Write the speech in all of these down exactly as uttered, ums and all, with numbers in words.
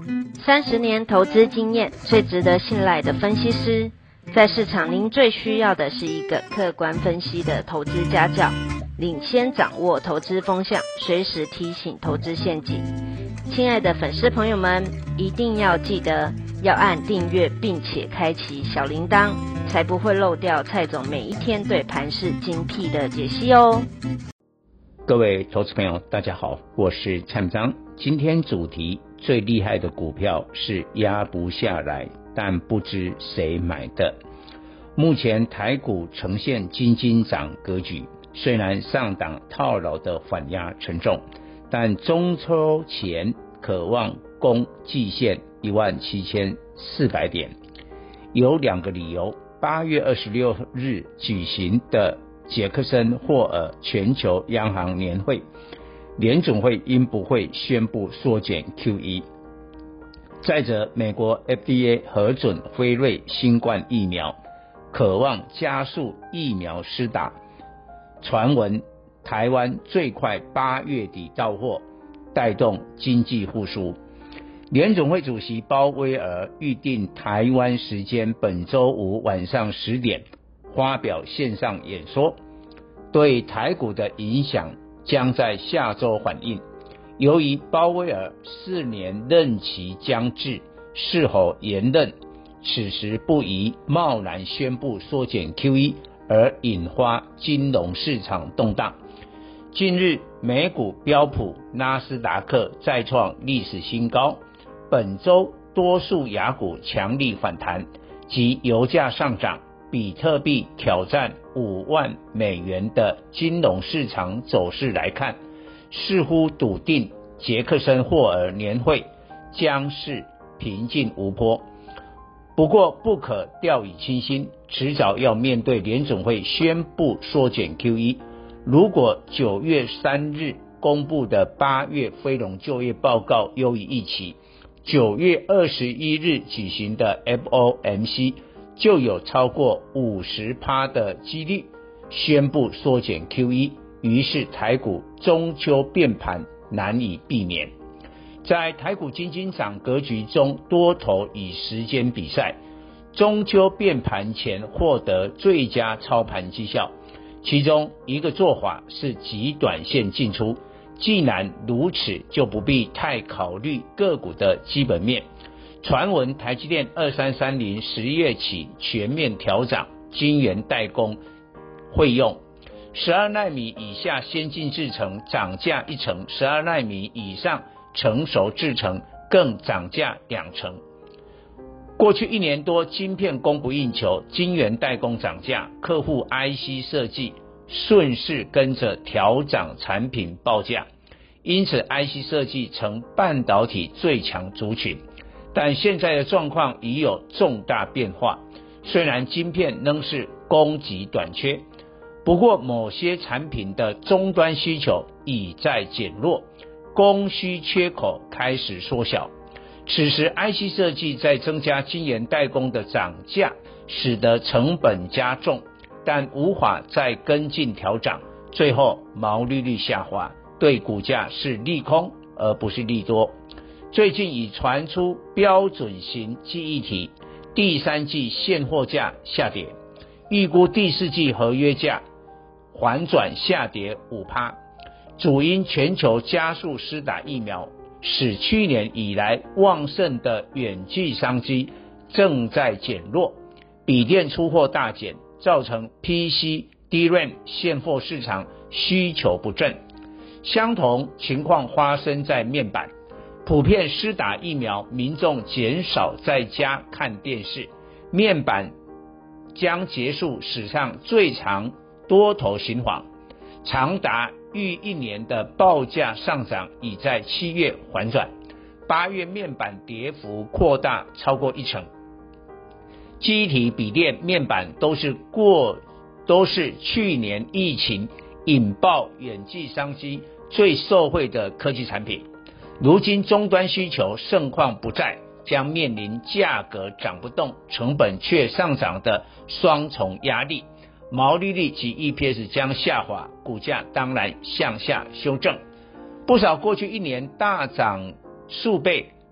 三十年投资经验，最值得信赖的分析师。在市场，您最需要的是一个客观分析的投资家教，领先掌握投资风向，随时提醒投资陷阱。亲爱的粉丝朋友们，一定要记得要按订阅，并且开启小铃铛，才不会漏掉蔡总每一天对盘势精辟的解析哦。 各位投资朋友大家好，我是蔡明彰。今天主题，最厉害的股票是压不下来，但不知谁买的。目前台股呈现金金涨格局，虽然上档套牢的反压沉重，但中秋前可望攻季线一万七千四百点。有两个理由，八月二十六日举行的杰克森霍尔全球央行年会，联准会应不会宣布缩减 Q E。 再者，美国 F D A 核准辉瑞新冠疫苗，渴望加速疫苗施打，传闻台湾最快八月底到货，带动经济复苏。联准会主席鲍威尔预定台湾时间本周五晚上十点发表线上演说，对台股的影响将在下周反映。由于鲍威尔四年任期将至，是否延任，此时不宜贸然宣布缩减 Q E， 而引发金融市场动荡。近日美股标普、纳斯达克再创历史新高，本周多数亚股强力反弹，及油价上涨，比特币挑战五万美元的金融市场走势来看，似乎笃定杰克森霍尔年会将是平静无波。不过不可掉以轻心，迟早要面对联准会宣布缩减 Q E。 如果九月三日公布的八月非农就业报告优于预期，九月二十一日举行的 F O M C 就有超过 百分之五十 的几率宣布缩减 Q E， 于是台股中秋变盘难以避免。在台股金金涨格局中，多头以时间比赛，中秋变盘前获得最佳操盘绩效，其中一个做法是极短线进出，既然如此，就不必太考虑个股的基本面。传闻台积电二三三零十月起全面调涨晶圆代工费用，十二奈米以下先进制程涨价一成，十二奈米以上成熟制程更涨价两成。过去一年多，晶片供不应求，晶圆代工涨价，客户 I C 设计顺势跟着调涨产品报价，因此 I C 设计成半导体最强族群。但现在的状况已有重大变化，虽然晶片仍是供给短缺，不过某些产品的终端需求已在减弱，供需缺口开始缩小。此时 I C 设计在增加晶圆代工的涨价，使得成本加重，但无法再跟进调涨，最后毛利率下滑，对股价是利空而不是利多。最近已传出标准型记忆体第三季现货价下跌，预估第四季合约价反转下跌 百分之五， 主因全球加速施打疫苗，使去年以来旺盛的远距商机正在减弱，笔电出货大减，造成 P C、D R A M 现货市场需求不振。相同情况发生在面板，普遍施打疫苗，民众减少在家看电视，面板将结束史上最长多头循环，长达逾一年的报价上涨已在七月反转，八月面板跌幅扩大超过一成。记忆体、笔电、面板都是过都是去年疫情引爆远距商机最受惠的科技产品，如今终端需求盛况不再，将面临价格涨不动，成本却上涨的双重压力，毛利率及 E P S 将下滑，股价当然向下修正。不少过去一年大涨数倍，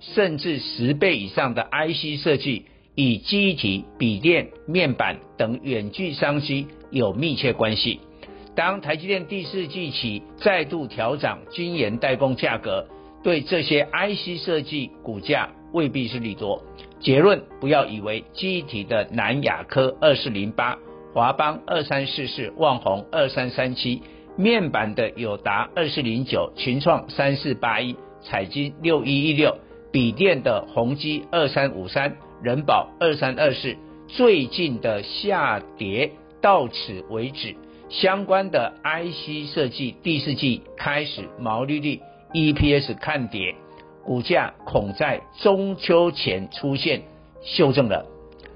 甚至十倍以上的 I C 设计与记忆体、笔电、面板等远距商机有密切关系。当台积电第四季起再度调涨晶圆代工价格，对这些 I C 设计股价未必是利多。结论，不要以为记忆体的南亚科二四零八、华邦二三四四、旺宏二三三七，面板的友达二四零九、群创三四八一、彩晶六一一六，笔电的宏基二三五三、人保二三二四，最近的下跌到此为止。相关的 I C 设计第四季开始毛利率 E P S 看跌，股价恐在中秋前出现修正了。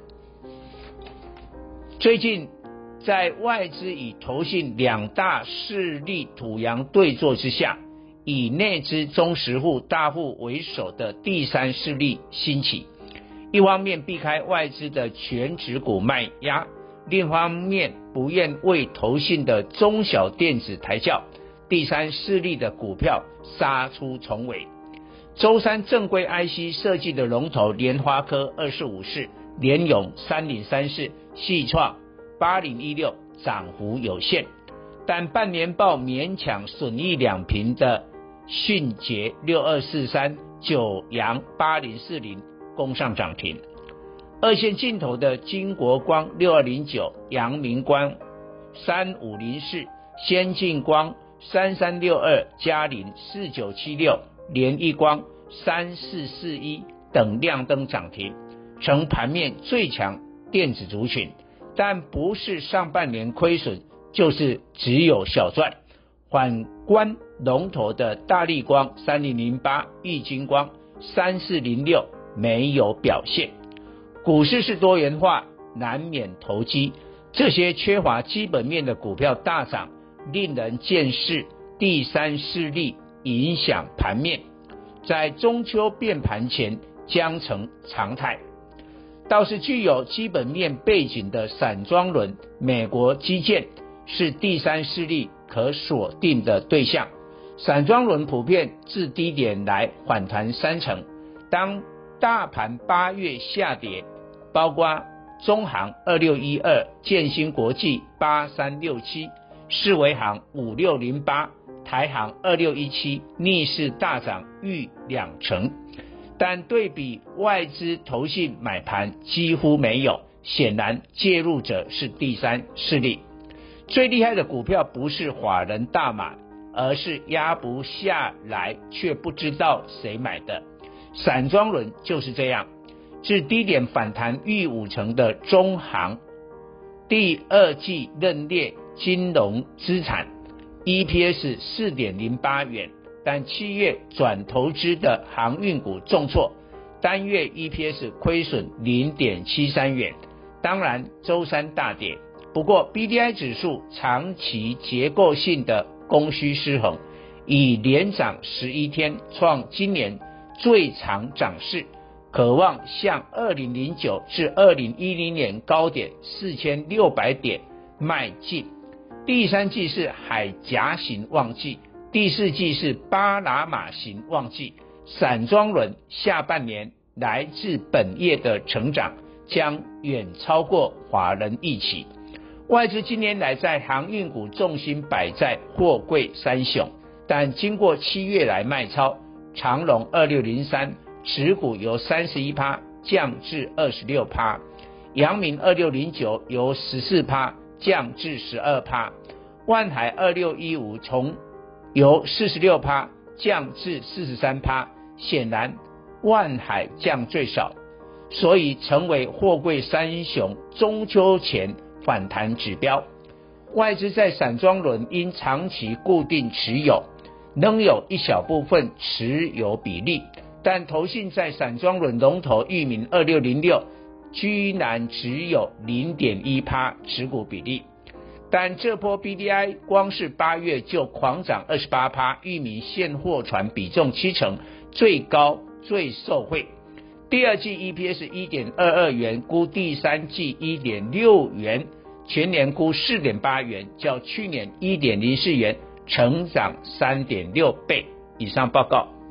最近在外资与投信两大势力土洋对坐之下，以内资中实户大户为首的第三势力兴起，一方面避开外资的全指股卖压，另一方面不愿为投信的中小电子抬轿，第三势力的股票杀出重围。周三正规 I C 设计的龙头联发科二四五四、联咏三零三四、矽创八零一六涨幅有限，但半年报勉强损益两平的迅捷六二四三、九阳八零四零攻上涨停。二线镜头的金国光六二零九、阳明光三五零四、先进光三三六二、嘉麟四九七六、联益光三四四一等亮灯涨停，成盘面最强电子族群，但不是上半年亏损，就是只有小赚。反观龙头的大立光三零零八、玉晶光三四零六没有表现。股市是多元化，难免投机，这些缺乏基本面的股票大涨，令人见识第三势力影响盘面，在中秋变盘前将成常态。倒是具有基本面背景的散装轮、美国基建是第三势力可锁定的对象。散装轮普遍自低点来反弹三成，当大盘八月下跌，包括中航二六一二、建兴国际八三六七、世维航五六零八、台航二六一七逆势大涨逾两成，但对比外资投信买盘几乎没有，显然介入者是第三势力。最厉害的股票不是法人大买，而是压不下来却不知道谁买的。散装轮就是这样，至低点反弹逾五成的中航，第二季认列金融资产 E P S 四点零八 元，但七月转投资的航运股重挫，单月 E P S 亏损 零点七三 元，当然周三大跌。不过 B D I 指数长期结构性的供需失衡，已连涨十一天，创今年最长涨势，渴望向二零零九至二零一零年高点四千六百点迈进。第三季是海峡型旺季，第四季是巴拿马型旺季，散装轮下半年来自本业的成长将远超过法人预期。外资今年来在航运股重心摆在货柜三雄，但经过七月来卖超，长荣二六零三持股由 百分之三十一 降至 百分之二十六， 阳明二六零九由 百分之十四 降至 百分之十二， 万海二六一五从由 百分之四十六 降至 百分之四十三， 显然万海降最少，所以成为货柜三雄中秋前反弹指标。外资在散装轮因长期固定持有，仍有一小部分持有比例，但投信在散装轮龙头裕民二六零六居然只有 零点一 持股比例，但这波 B D I 光是八月就狂涨 二十八， 裕民现货船比重七成，最高最受惠。第二季 E P S 一点二二 元，估第三季 一点六 元，全年估 四点八 元，较去年 一点零四 元成长 三点六倍。以上报告。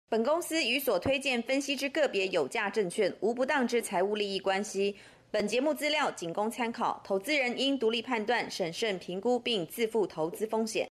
本公司与所推荐分析之个别有价证券无不当之财务利益关系。本节目资料仅供参考，投资人应独立判断、审慎评估并自负投资风险。